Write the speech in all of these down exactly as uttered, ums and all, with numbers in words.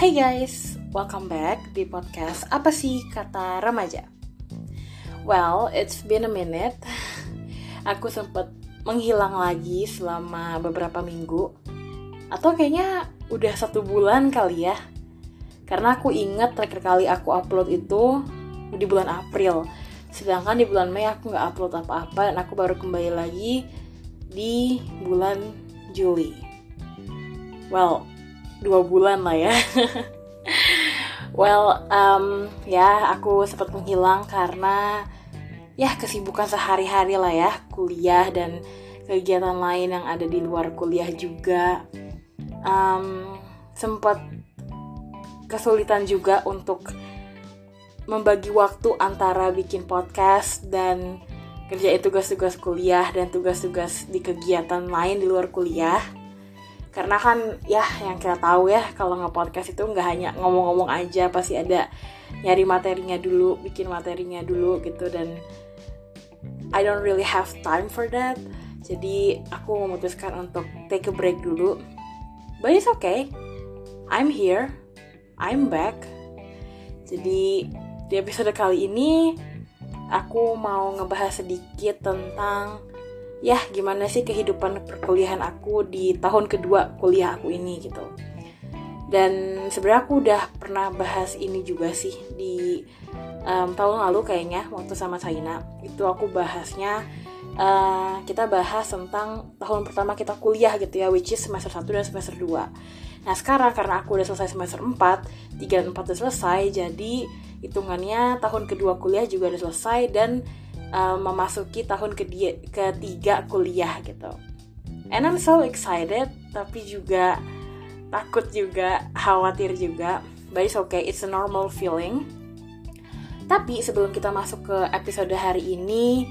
Hey guys, welcome back di podcast Apa Sih Kata Remaja. Well, it's been a minute. Aku sempat menghilang lagi selama beberapa minggu. Atau kayaknya udah satu bulan kali ya. Karena aku ingat terakhir kali aku upload itu di bulan April. Sedangkan di bulan Mei aku gak upload apa-apa. Dan aku baru kembali lagi di bulan Juli. Well, dua bulan lah ya. Well, um, ya aku sempat menghilang karena ya kesibukan sehari-hari lah ya, kuliah dan kegiatan lain yang ada di luar kuliah juga. Um, sempat kesulitan juga untuk membagi waktu antara bikin podcast dan kerjain tugas-tugas kuliah dan tugas-tugas di kegiatan lain di luar kuliah. Karena kan ya yang kita tahu ya, kalau nge-podcast itu nggak hanya ngomong-ngomong aja, pasti ada nyari materinya dulu, bikin materinya dulu gitu. Dan I don't really have time for that. Jadi aku memutuskan untuk take a break dulu. But it's okay, I'm here, I'm back. Jadi di episode kali ini aku mau ngebahas sedikit tentang ya gimana sih kehidupan perkuliahan aku di tahun kedua kuliah aku ini gitu. Dan sebenarnya aku udah pernah bahas ini juga sih di um, tahun lalu kayaknya waktu sama Saina. Itu aku bahasnya uh, kita bahas tentang tahun pertama kita kuliah gitu ya, which is semester satu dan semester dua. Nah sekarang karena aku udah selesai semester empat, tiga dan empat udah selesai, jadi hitungannya tahun kedua kuliah juga udah selesai dan Uh, memasuki tahun kedi- ketiga kuliah gitu. And I'm so excited, tapi juga takut juga, khawatir juga. But it's okay, it's a normal feeling. Tapi sebelum kita masuk ke episode hari ini,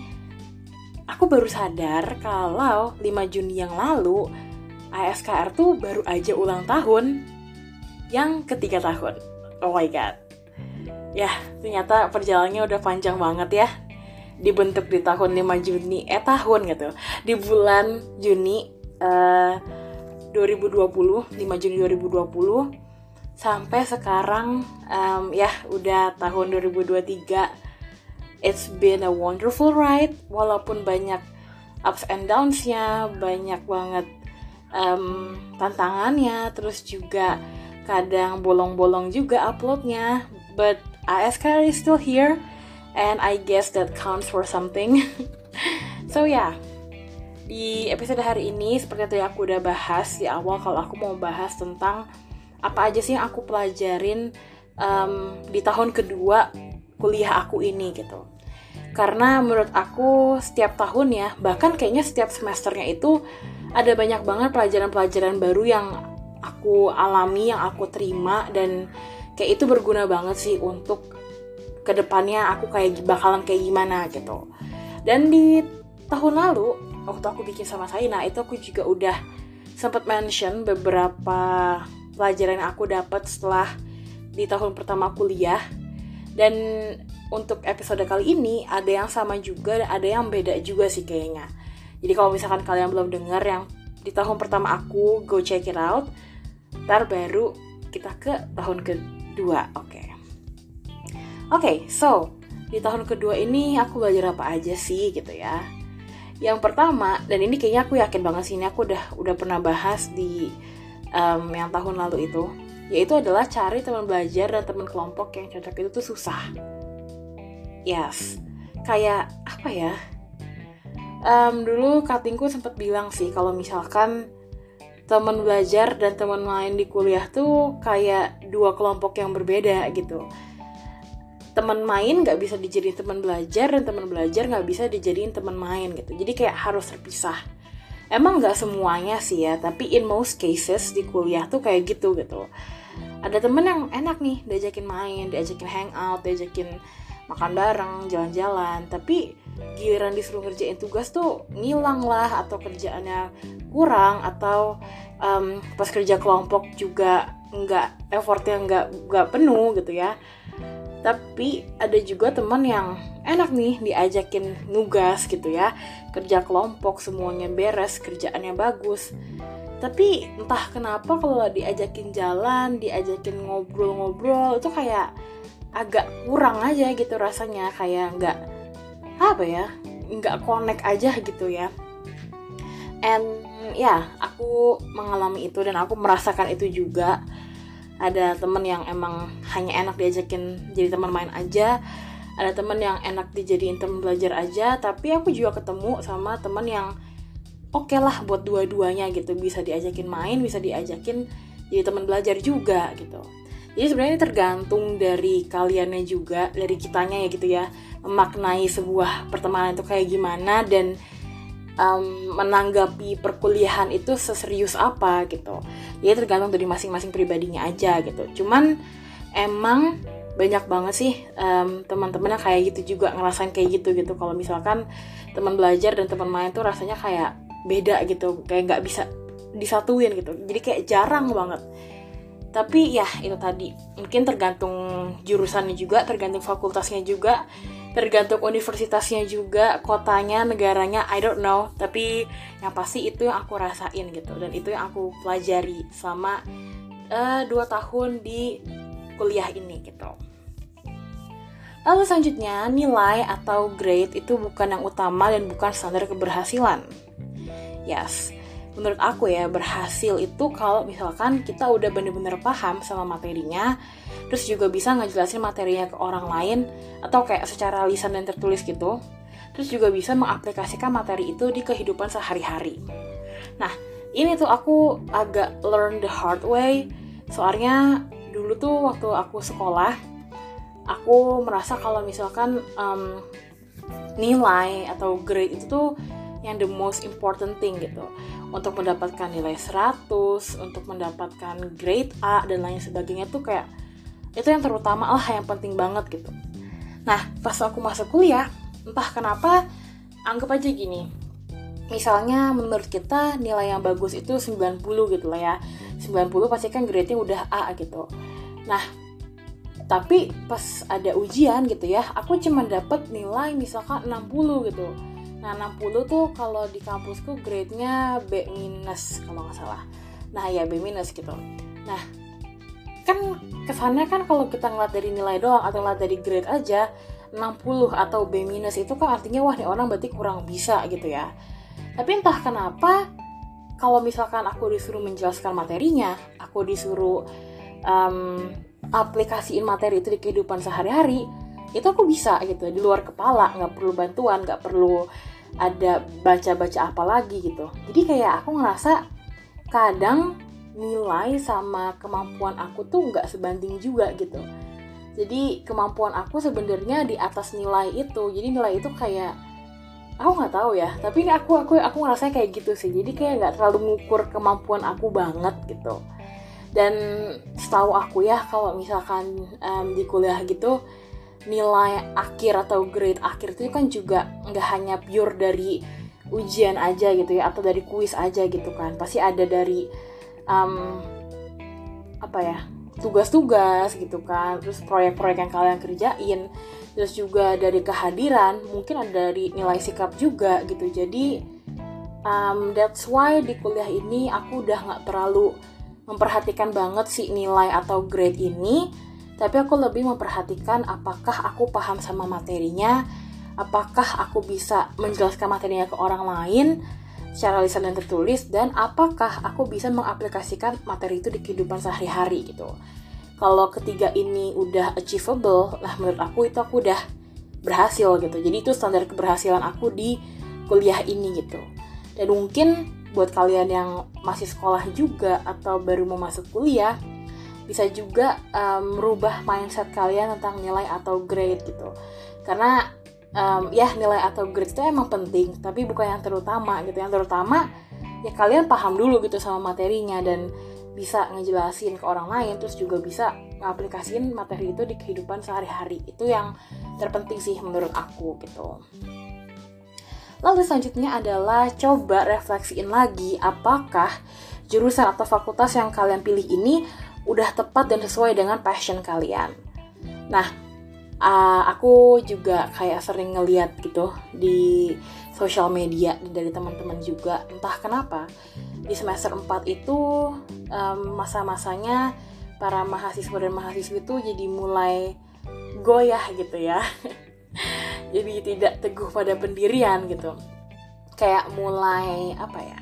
aku baru sadar kalau lima Juni yang lalu A S K R tuh baru aja ulang tahun yang ketiga tahun. Oh my god. Ya, ternyata perjalanannya udah panjang banget ya. Dibentuk di tahun lima Juni, eh tahun gitu, di bulan Juni uh, dua ribu dua puluh, lima Juni dua ribu dua puluh, sampai sekarang um, ya udah tahun dua ribu dua puluh tiga. It's been a wonderful ride, walaupun banyak ups and downs-nya, banyak banget um, tantangannya, terus juga kadang bolong-bolong juga upload-nya, but A S K R is still here. And I guess that counts for something. So ya, yeah, di episode hari ini seperti yang aku udah bahas di awal, kalau aku mau bahas tentang apa aja sih yang aku pelajarin um, di tahun kedua kuliah aku ini gitu. Karena menurut aku setiap tahun ya, bahkan kayaknya setiap semesternya itu ada banyak banget pelajaran-pelajaran baru yang aku alami, yang aku terima, dan kayak itu berguna banget sih untuk kedepannya aku kayak bakalan kayak gimana gitu. Dan di tahun lalu waktu aku bikin sama Saina itu aku juga udah sempat mention beberapa pelajaran yang aku dapat setelah di tahun pertama kuliah. Dan untuk episode kali ini ada yang sama juga dan ada yang beda juga sih kayaknya. Jadi kalau misalkan kalian belum dengar yang di tahun pertama aku, go check it out. Ntar baru kita ke tahun kedua. Oke okay. Oke, okay, so di tahun kedua ini aku belajar apa aja sih gitu ya. Yang pertama, dan ini kayaknya aku yakin banget sih, ini aku udah udah pernah bahas di um, yang tahun lalu itu, yaitu adalah cari teman belajar dan teman kelompok yang cocok itu tuh susah. Yes, kayak apa ya? Um, dulu katingku sempat bilang sih kalau misalkan teman belajar dan teman main di kuliah tuh kayak dua kelompok yang berbeda gitu. Teman main gak bisa dijadiin teman belajar dan teman belajar gak bisa dijadiin teman main gitu. Jadi kayak harus terpisah. Emang gak semuanya sih ya, tapi in most cases di kuliah tuh kayak gitu gitu. Ada temen yang enak nih diajakin main, diajakin hangout, diajakin makan bareng, jalan-jalan, tapi giliran disuruh ngerjain tugas tuh ngilang lah, atau kerjaannya kurang, atau um, pas kerja kelompok juga nggak effortnya nggak nggak penuh gitu ya. Tapi ada juga teman yang enak nih diajakin nugas gitu ya, kerja kelompok semuanya beres, kerjaannya bagus. Tapi entah kenapa kalau diajakin jalan, diajakin ngobrol-ngobrol itu kayak agak kurang aja gitu rasanya, kayak nggak apa ya, nggak connect aja gitu ya. And ya, aku mengalami itu dan aku merasakan itu juga. Ada temen yang emang hanya enak diajakin jadi teman main aja, ada temen yang enak dijadiin teman belajar aja. Tapi aku juga ketemu sama temen yang oke okay lah buat dua-duanya gitu, bisa diajakin main, bisa diajakin jadi teman belajar juga gitu. Jadi sebenarnya ini tergantung dari kaliannya juga, dari kitanya ya gitu ya, memaknai sebuah pertemanan itu kayak gimana dan um, menanggapi perkuliahan itu seserius apa gitu. Jadi tergantung dari masing-masing pribadinya aja gitu. Cuman emang banyak banget sih um, teman-teman yang kayak gitu juga, ngerasain kayak gitu gitu. Kalau misalkan teman belajar dan teman main tuh rasanya kayak beda gitu, kayak nggak bisa disatuin gitu, jadi kayak jarang banget. Tapi ya itu tadi, mungkin tergantung jurusannya juga, tergantung fakultasnya juga, tergantung universitasnya juga, kotanya, negaranya, I don't know. Tapi yang pasti itu yang aku rasain gitu, dan itu yang aku pelajari selama uh, dua tahun di kuliah ini gitu. Lalu selanjutnya, nilai atau grade itu bukan yang utama dan bukan standar keberhasilan. Yes, menurut aku ya, berhasil itu kalau misalkan kita udah bener-bener paham sama materinya, terus juga bisa ngejelasin materinya ke orang lain, atau kayak secara lisan dan tertulis gitu, terus juga bisa mengaplikasikan materi itu di kehidupan sehari-hari. Nah, ini tuh aku agak learn the hard way, soalnya dulu tuh waktu aku sekolah, aku merasa kalau misalkan um, nilai atau grade itu tuh yang the most important thing gitu. Untuk mendapatkan nilai seratus, untuk mendapatkan grade A dan lain sebagainya tuh kayak itu yang terutama lah, yang penting banget gitu. Nah, pas aku masuk kuliah, entah kenapa anggap aja gini. Misalnya menurut kita nilai yang bagus itu sembilan puluh gitu lah ya. sembilan puluh pasti kan grade-nya udah A gitu. Nah, tapi pas ada ujian gitu ya, aku cuma dapat nilai misalkan enam puluh gitu. Nah, enam puluh tuh kalau di kampusku grade-nya B minus kalau nggak salah. Nah, ya B minus gitu. Nah, kan kesannya kan kalau kita ngeliat dari nilai doang atau ngeliat dari grade aja, enam puluh atau B minus itu kan artinya wah nih orang berarti kurang bisa gitu ya. Tapi entah kenapa kalau misalkan aku disuruh menjelaskan materinya, aku disuruh um, aplikasiin materi itu di kehidupan sehari-hari, itu aku bisa gitu, di luar kepala, nggak perlu bantuan, nggak perlu ada baca-baca apa lagi gitu. Jadi kayak aku ngerasa kadang nilai sama kemampuan aku tuh nggak sebanding juga gitu. Jadi kemampuan aku sebenarnya di atas nilai itu. Jadi nilai itu kayak aku nggak tahu ya. Tapi ini aku aku aku ngerasa kayak gitu sih. Jadi kayak nggak terlalu ngukur kemampuan aku banget gitu. Dan setahu aku ya, kalau misalkan um, di kuliah gitu, nilai akhir atau grade akhir itu kan juga nggak hanya pure dari ujian aja gitu ya, atau dari kuis aja gitu kan. Pasti ada dari um, apa ya, tugas-tugas gitu kan, terus proyek-proyek yang kalian kerjain, terus juga dari kehadiran, mungkin ada dari nilai sikap juga gitu. Jadi um, that's why di kuliah ini aku udah nggak terlalu memperhatikan banget sih nilai atau grade ini. Tapi aku lebih memperhatikan apakah aku paham sama materinya, apakah aku bisa menjelaskan materinya ke orang lain secara lisan dan tertulis, dan apakah aku bisa mengaplikasikan materi itu di kehidupan sehari-hari gitu. Kalau ketiga ini udah achievable, lah menurut aku itu aku udah berhasil gitu. Jadi itu standar keberhasilan aku di kuliah ini gitu. Dan mungkin buat kalian yang masih sekolah juga atau baru mau masuk kuliah, bisa juga um, merubah mindset kalian tentang nilai atau grade gitu. Karena um, ya nilai atau grade itu emang penting, tapi bukan yang terutama gitu. Yang terutama ya kalian paham dulu gitu sama materinya dan bisa ngejelasin ke orang lain, terus juga bisa ngaplikasiin materi itu di kehidupan sehari-hari. Itu yang terpenting sih menurut aku gitu. Lalu selanjutnya adalah coba refleksiin lagi apakah jurusan atau fakultas yang kalian pilih ini udah tepat dan sesuai dengan passion kalian. Nah, uh, aku juga kayak sering ngeliat gitu di sosial media dari teman-teman juga, entah kenapa di semester empat itu um, masa-masanya para mahasiswa dan mahasiswi itu jadi mulai goyah gitu ya. Jadi tidak teguh pada pendirian gitu. Kayak mulai apa ya?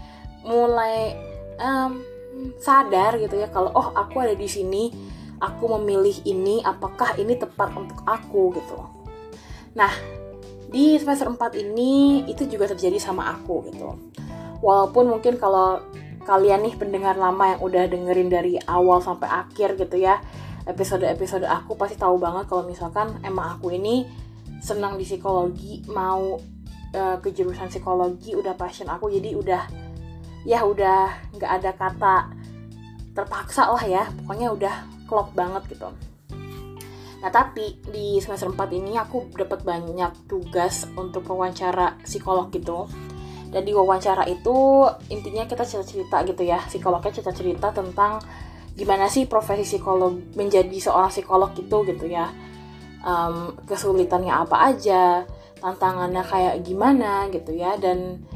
Mulai um, sadar gitu ya kalau oh aku ada di sini, aku memilih ini, apakah ini tepat untuk aku gitu. Nah, di semester empat ini itu juga terjadi sama aku gitu. Walaupun mungkin kalau kalian nih pendengar lama yang udah dengerin dari awal sampai akhir gitu ya, episode-episode aku pasti tahu banget kalau misalkan emang aku ini senang di psikologi, mau uh, ke jurusan psikologi, udah passion aku, jadi udah ya udah nggak ada kata terpaksa lah ya, pokoknya udah klop banget gitu. Nah tapi di semester empat ini aku dapat banyak tugas untuk wawancara psikolog gitu. Dan di wawancara itu intinya kita cerita-cerita gitu ya, psikolognya cerita-cerita tentang gimana sih profesi psikolog, menjadi seorang psikolog itu gitu ya, um, kesulitannya apa aja, tantangannya kayak gimana gitu ya. Dan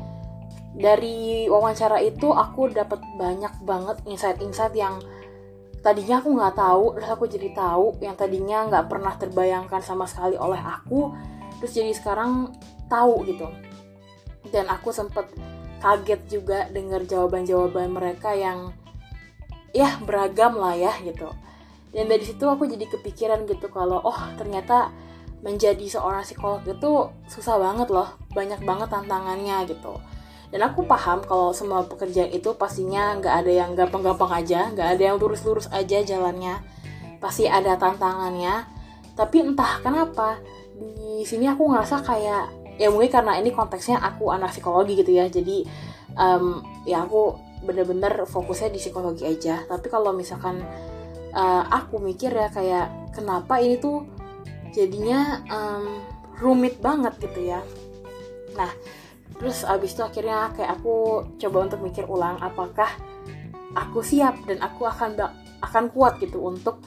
dari wawancara itu aku dapat banyak banget insight-insight yang tadinya aku nggak tahu, terus aku jadi tahu yang tadinya nggak pernah terbayangkan sama sekali oleh aku, terus jadi sekarang tahu gitu. Dan aku sempet kaget juga dengar jawaban-jawaban mereka yang ya beragam lah ya gitu. Dan dari situ aku jadi kepikiran gitu kalau oh ternyata menjadi seorang psikolog itu susah banget loh, banyak banget tantangannya gitu. Dan aku paham kalau semua pekerjaan itu pastinya nggak ada yang gampang-gampang aja, nggak ada yang lurus-lurus aja jalannya, pasti ada tantangannya. Tapi entah kenapa di sini aku ngerasa kayak ya mungkin karena ini konteksnya aku anak psikologi gitu ya, jadi um, ya aku bener-bener fokusnya di psikologi aja. Tapi kalau misalkan uh, aku mikir ya kayak kenapa ini tuh jadinya um, rumit banget gitu ya. Nah terus abis itu akhirnya kayak aku coba untuk mikir ulang apakah aku siap dan aku akan akan kuat gitu untuk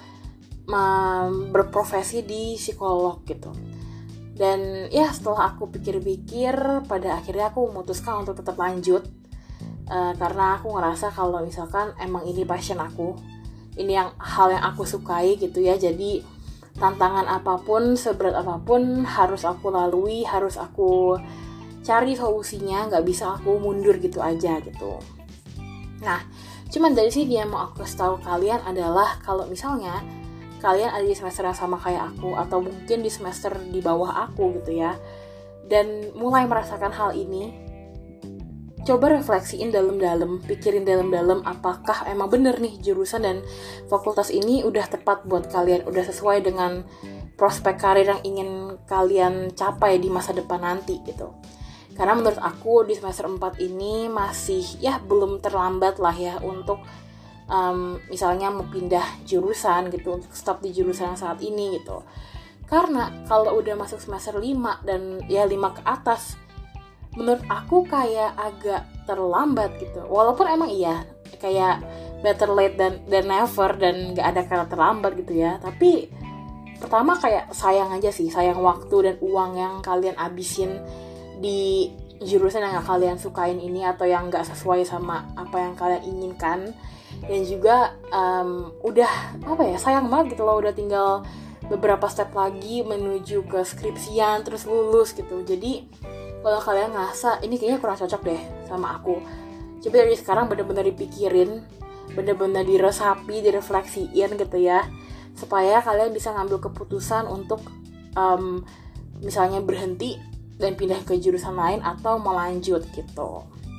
um, berprofesi di psikolog gitu. Dan ya setelah aku pikir-pikir pada akhirnya aku memutuskan untuk tetap lanjut uh, karena aku ngerasa kalau misalkan emang ini passion aku, ini yang hal yang aku sukai gitu ya. Jadi tantangan apapun, seberat apapun harus aku lalui, harus aku cari solusinya, nggak bisa aku mundur gitu aja gitu. Nah, cuman dari sini yang mau aku kasih tahu kalian adalah kalau misalnya kalian ada di semester yang sama kayak aku atau mungkin di semester di bawah aku gitu ya, dan mulai merasakan hal ini, coba refleksiin dalam-dalam, pikirin dalam-dalam apakah emang bener nih jurusan dan fakultas ini udah tepat buat kalian, udah sesuai dengan prospek karir yang ingin kalian capai di masa depan nanti gitu. Karena menurut aku di semester empat ini masih ya belum terlambat lah ya untuk um, misalnya mau pindah jurusan gitu, untuk stop di jurusan yang saat ini gitu. Karena kalau udah masuk semester lima dan ya lima ke atas, menurut aku kayak agak terlambat gitu. Walaupun emang iya kayak better late than, than never dan gak ada kata terlambat gitu ya. Tapi pertama kayak sayang aja sih, sayang waktu dan uang yang kalian abisin di jurusan yang gak kalian sukain ini atau yang gak sesuai sama apa yang kalian inginkan. Dan juga um, udah apa ya, sayang banget gitu loh, udah tinggal beberapa step lagi menuju ke skripsian terus lulus gitu. Jadi kalau kalian ngerasa ini kayaknya kurang cocok deh sama aku, coba dari sekarang bener-bener dipikirin, bener-bener diresapi, direfleksiin gitu ya, supaya kalian bisa ngambil keputusan untuk um, misalnya berhenti dan pindah ke jurusan lain atau melanjut gitu.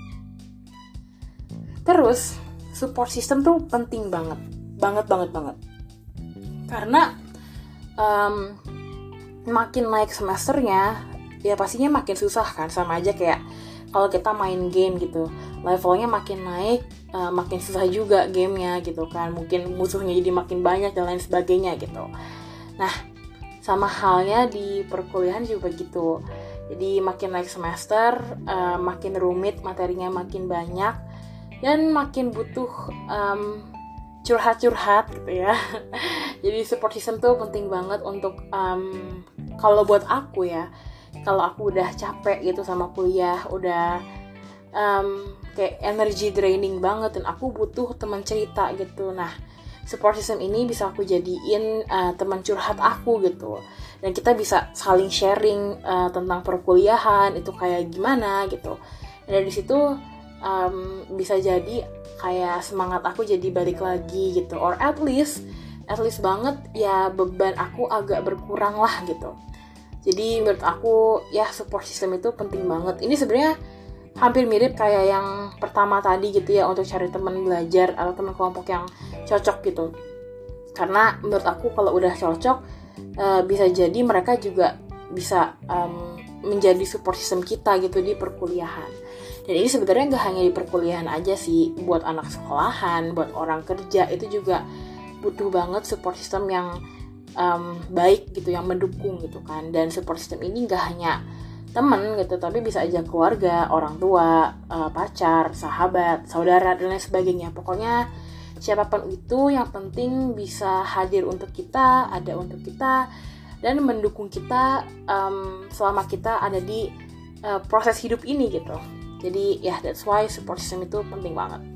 Terus support system tuh penting banget, banget banget banget. Karena um, makin naik semesternya, ya pastinya makin susah kan, sama aja kayak kalau kita main game gitu, levelnya makin naik, uh, makin susah juga gamenya gitu kan, mungkin musuhnya jadi makin banyak dan lain sebagainya gitu. Nah, sama halnya di perkuliahan juga gitu. Jadi makin naik semester, uh, makin rumit, materinya makin banyak, dan makin butuh um, curhat-curhat gitu ya. Jadi support system tuh penting banget untuk um, kalau buat aku ya, kalau aku udah capek gitu sama kuliah, udah um, kayak energy draining banget dan aku butuh teman cerita gitu. Nah, support system ini bisa aku jadiin uh, teman curhat aku gitu, dan kita bisa saling sharing uh, tentang perkuliahan itu kayak gimana gitu. Dan dari situ um, bisa jadi kayak semangat aku jadi balik lagi gitu, or at least at least banget ya beban aku agak berkurang lah gitu. Jadi menurut aku ya support system itu penting banget. Ini sebenarnya hampir mirip kayak yang pertama tadi gitu ya, untuk cari teman belajar atau teman kelompok yang cocok gitu. Karena menurut aku kalau udah cocok uh, bisa jadi mereka juga bisa um, menjadi support system kita gitu di perkuliahan. Dan ini sebenarnya nggak hanya di perkuliahan aja sih, buat anak sekolahan, buat orang kerja itu juga butuh banget support system yang um, baik gitu, yang mendukung gitu kan. Dan support system ini nggak hanya teman gitu, tapi bisa aja keluarga, orang tua, uh, pacar, sahabat, saudara, dan lain sebagainya. Pokoknya siapapun itu yang penting bisa hadir untuk kita, ada untuk kita, dan mendukung kita um, selama kita ada di uh, proses hidup ini gitu. Jadi ya yeah, that's why support system itu penting banget.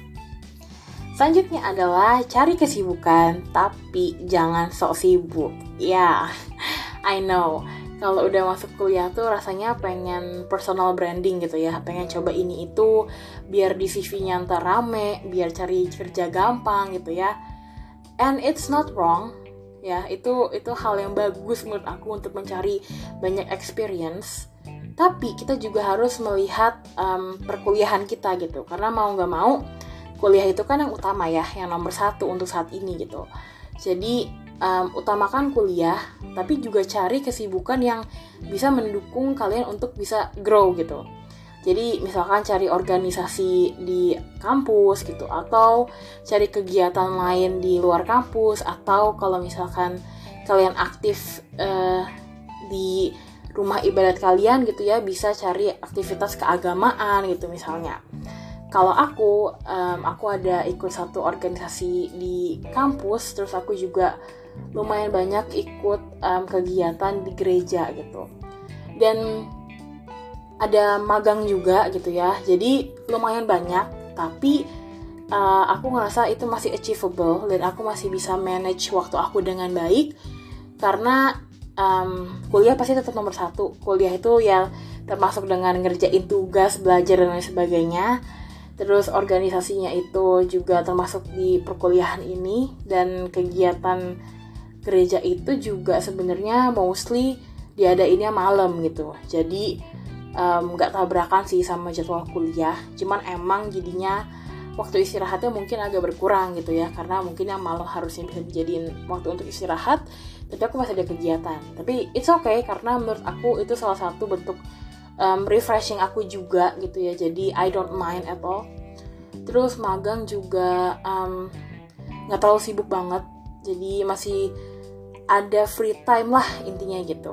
Selanjutnya adalah cari kesibukan, tapi jangan sok sibuk. Ya, yeah, I know. Kalau udah masuk kuliah tuh rasanya pengen personal branding gitu ya, pengen coba ini itu biar di C V-nya ntar rame, biar cari kerja gampang gitu ya. And it's not wrong, ya itu itu hal yang bagus menurut aku untuk mencari banyak experience. Tapi kita juga harus melihat um, perkuliahan kita gitu, karena mau nggak mau kuliah itu kan yang utama ya, yang nomor satu untuk saat ini gitu. Jadi um, utamakan kuliah, tapi juga cari kesibukan yang bisa mendukung kalian untuk bisa grow gitu. Jadi misalkan cari organisasi di kampus gitu, atau cari kegiatan lain di luar kampus, atau kalau misalkan kalian aktif uh, di rumah ibadat kalian gitu ya, bisa cari aktivitas keagamaan gitu misalnya. Kalau aku, um, aku ada ikut satu organisasi di kampus, terus aku juga lumayan banyak ikut um, kegiatan di gereja gitu. Dan ada magang juga gitu ya, jadi lumayan banyak, tapi uh, aku ngerasa itu masih achievable dan aku masih bisa manage waktu aku dengan baik, karena um, kuliah pasti tetap nomor satu. Kuliah itu ya termasuk dengan ngerjain tugas, belajar dan lain sebagainya. Terus organisasinya itu juga termasuk di perkuliahan ini, dan kegiatan gereja itu juga sebenarnya mostly diadainnya malam gitu. Jadi um, gak tabrakan sih sama jadwal kuliah, cuman emang jadinya waktu istirahatnya mungkin agak berkurang gitu ya, karena mungkin yang malam harusnya bisa dijadiin waktu untuk istirahat, tapi aku masih ada kegiatan. Tapi it's okay, karena menurut aku itu salah satu bentuk um, refreshing aku juga gitu ya, jadi I don't mind at all. Terus magang juga um, gak terlalu sibuk banget, jadi masih ada free time lah intinya gitu.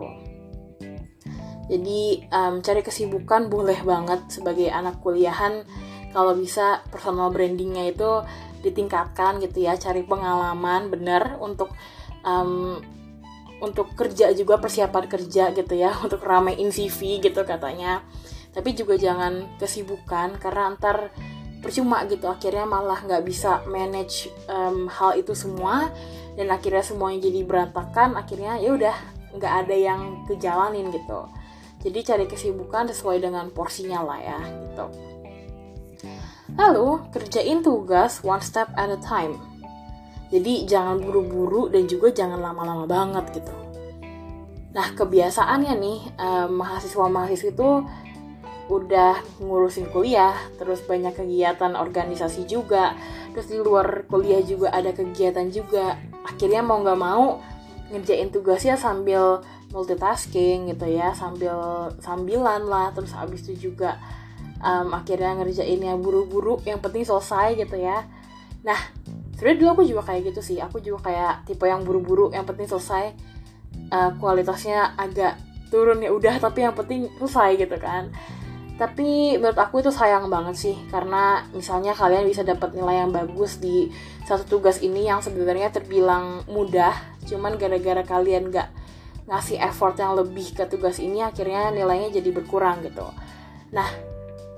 Jadi um, cari kesibukan boleh banget sebagai anak kuliahan. Kalau bisa personal brandingnya itu ditingkatkan gitu ya, cari pengalaman bener untuk um, untuk kerja juga, persiapan kerja gitu ya, untuk ramein C V gitu katanya. Tapi juga jangan kesibukan, karena ntar percuma gitu, akhirnya malah nggak bisa manage um, hal itu semua, dan akhirnya semuanya jadi berantakan, akhirnya ya udah nggak ada yang kejalanin gitu. Jadi cari kesibukan sesuai dengan porsinya lah ya gitu. Lalu, kerjain tugas one step at a time. Jadi jangan buru-buru dan juga jangan lama-lama banget gitu. Nah, kebiasaannya nih, eh, mahasiswa-mahasiswa itu udah ngurusin kuliah, terus banyak kegiatan organisasi juga, terus di luar kuliah juga ada kegiatan juga. Akhirnya mau gak mau ngerjain tugasnya sambil multitasking gitu ya, sambil sambilan lah, terus abis itu juga Um, akhirnya ngerjainnya buru-buru, yang penting selesai gitu ya. Nah, sebenarnya dulu aku juga kayak gitu sih, aku juga kayak tipe yang buru-buru, yang penting selesai, uh, kualitasnya agak turun ya udah, tapi yang penting selesai gitu kan. Tapi menurut aku itu sayang banget sih, karena misalnya kalian bisa dapat nilai yang bagus di satu tugas ini yang sebenarnya terbilang mudah, cuman gara-gara kalian gak ngasih effort yang lebih ke tugas ini, akhirnya nilainya jadi berkurang gitu. Nah,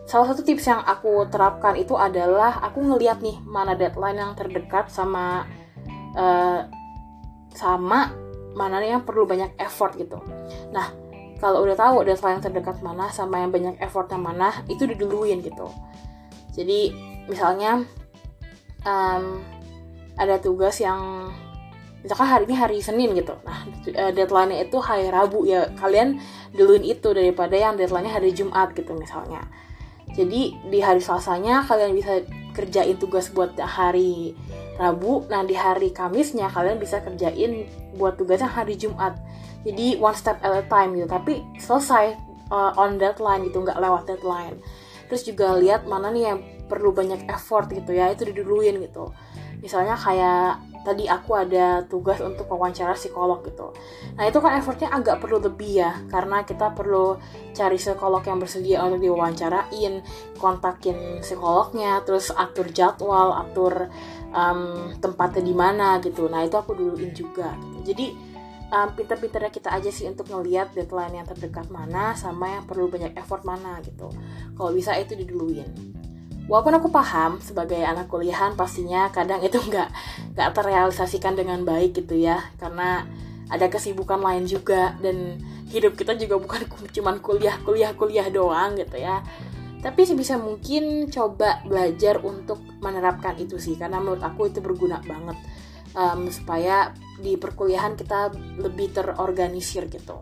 salah satu tips yang aku terapkan itu adalah aku ngeliat nih mana deadline yang terdekat sama uh, sama mana yang perlu banyak effort gitu. Nah, kalau udah tahu deadline yang terdekat mana sama yang banyak effort yang mana, itu diduluin gitu. Jadi misalnya um, ada tugas yang misalkan hari ini hari Senin gitu. Nah, deadline-nya itu hari Rabu, ya kalian duluin itu daripada yang deadline-nya hari Jumat gitu misalnya. Jadi di hari Selasanya kalian bisa kerjain tugas buat hari Rabu. Nah, di hari Kamisnya kalian bisa kerjain buat tugasnya hari Jumat. Jadi one step at a time gitu, tapi selesai uh, on deadline gitu, nggak lewat deadline. Terus juga lihat mana nih yang perlu banyak effort gitu ya, itu diduluin gitu. Misalnya kayak tadi aku ada tugas untuk wawancara psikolog gitu. Nah, itu kan effortnya agak perlu lebih ya, karena kita perlu cari psikolog yang bersedia untuk diwawancarain, kontakin psikolognya, terus atur jadwal, atur um, tempatnya di mana gitu. Nah, itu aku duluin juga gitu. Jadi um, pinter-pinternya kita aja sih untuk ngelihat deadline yang terdekat mana sama yang perlu banyak effort mana gitu. Kalau bisa itu diduluin. Walaupun aku paham sebagai anak kuliahan pastinya kadang itu nggak nggak terrealisasikan dengan baik gitu ya, karena ada kesibukan lain juga dan hidup kita juga bukan cuma kuliah kuliah kuliah doang gitu ya. Tapi sebisa mungkin coba belajar untuk menerapkan itu sih, karena menurut aku itu berguna banget um, supaya di perkuliahan kita lebih terorganisir gitu.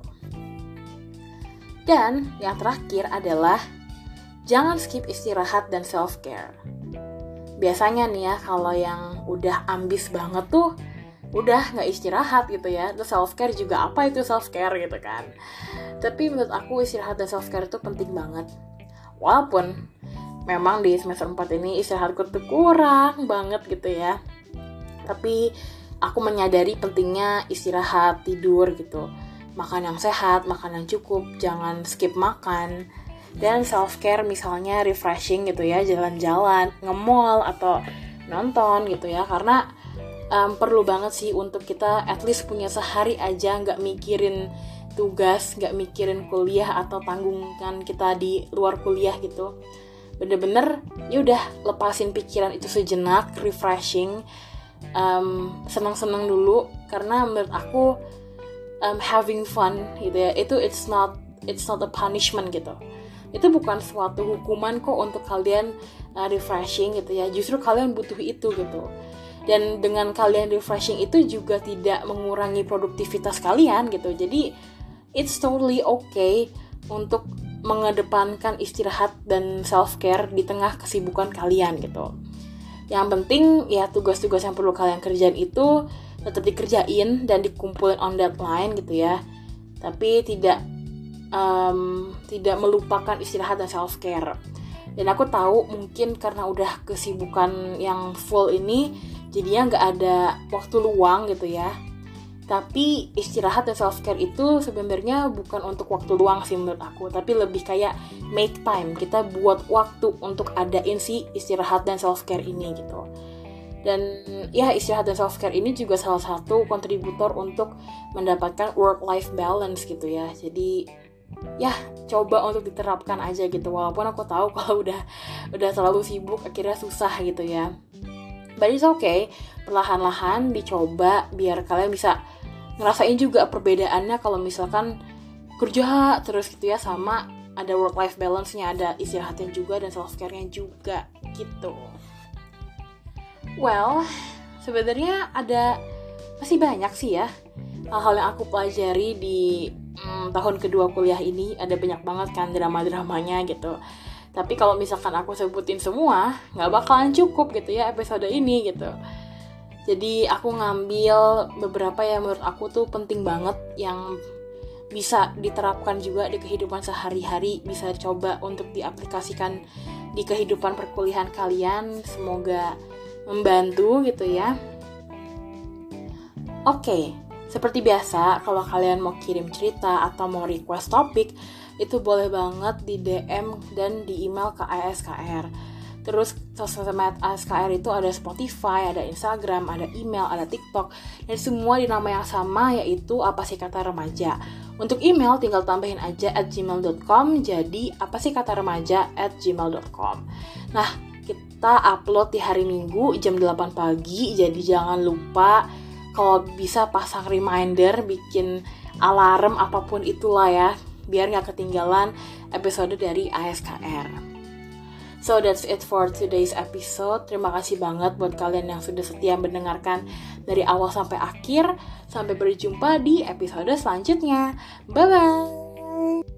Dan yang terakhir adalah jangan skip istirahat dan self-care. Biasanya nih ya, kalau yang udah ambis banget tuh, udah gak istirahat gitu ya. Terus self-care juga, apa itu self-care gitu kan. Tapi menurut aku istirahat dan self-care itu penting banget. Walaupun memang di semester empat ini istirahatku tuh kurang banget gitu ya. Tapi aku menyadari pentingnya istirahat, tidur gitu. Makan yang sehat, makan yang cukup, jangan skip makan. Dan self-care misalnya refreshing gitu ya, jalan-jalan, nge-mall atau nonton gitu ya. Karena um, perlu banget sih untuk kita at least punya sehari aja gak mikirin tugas, gak mikirin kuliah atau tanggungan kita di luar kuliah gitu. Bener-bener yaudah lepasin pikiran itu sejenak, refreshing, um, senang-senang dulu. Karena menurut aku um, having fun gitu ya, itu it's not it's not a punishment gitu. Itu bukan suatu hukuman kok untuk kalian uh, refreshing gitu ya. Justru kalian butuh itu gitu. Dan dengan kalian refreshing itu juga tidak mengurangi produktivitas kalian gitu. Jadi it's totally okay untuk mengedepankan istirahat dan self-care di tengah kesibukan kalian gitu. Yang penting ya tugas-tugas yang perlu kalian kerjain itu tetap dikerjain dan dikumpulin on deadline gitu ya. Tapi tidak Um, tidak melupakan istirahat dan self-care. Dan aku tahu mungkin karena udah kesibukan yang full ini, jadinya gak ada waktu luang gitu ya. Tapi istirahat dan self-care itu sebenarnya bukan untuk waktu luang sih menurut aku, tapi lebih kayak make time. Kita buat waktu untuk adain si istirahat dan self-care ini gitu. Dan ya istirahat dan self-care ini juga salah satu kontributor untuk mendapatkan work-life balance gitu ya. Jadi ya coba untuk diterapkan aja gitu, walaupun aku tahu kalau udah udah terlalu sibuk akhirnya susah gitu ya. But it's okay, perlahan-lahan dicoba biar kalian bisa ngerasain juga perbedaannya kalau misalkan kerja terus gitu ya, sama ada work life balance-nya, ada istirahatnya juga dan self care-nya juga gitu. Well, sebenarnya ada masih banyak sih ya hal-hal yang aku pelajari di Hmm, tahun kedua kuliah ini. Ada banyak banget kan drama-dramanya gitu. Tapi kalau misalkan aku sebutin semua, gak bakalan cukup gitu ya episode ini gitu. Jadi aku ngambil beberapa yang menurut aku tuh penting banget, yang bisa diterapkan juga di kehidupan sehari-hari, bisa coba untuk diaplikasikan di kehidupan perkuliahan kalian. Semoga membantu gitu ya. Oke, okay. Seperti biasa, kalau kalian mau kirim cerita atau mau request topik, itu boleh banget di D M dan di email ke A S K R. Terus sosmed A S K R itu ada Spotify, ada Instagram, ada email, ada TikTok, dan semua di nama yang sama, yaitu Apa Sih Kata Remaja. Untuk email tinggal tambahin aja at gmail dot com. Jadi apa sih kata remaja at gmail dot com. Nah, kita upload di hari Minggu jam delapan pagi. Jadi jangan lupa kalau bisa pasang reminder, bikin alarm apapun itulah ya, biar gak ketinggalan episode dari A S K R. So that's it for today's episode. Terima kasih banget buat kalian yang sudah setia mendengarkan dari awal sampai akhir. Sampai berjumpa di episode selanjutnya. Bye-bye!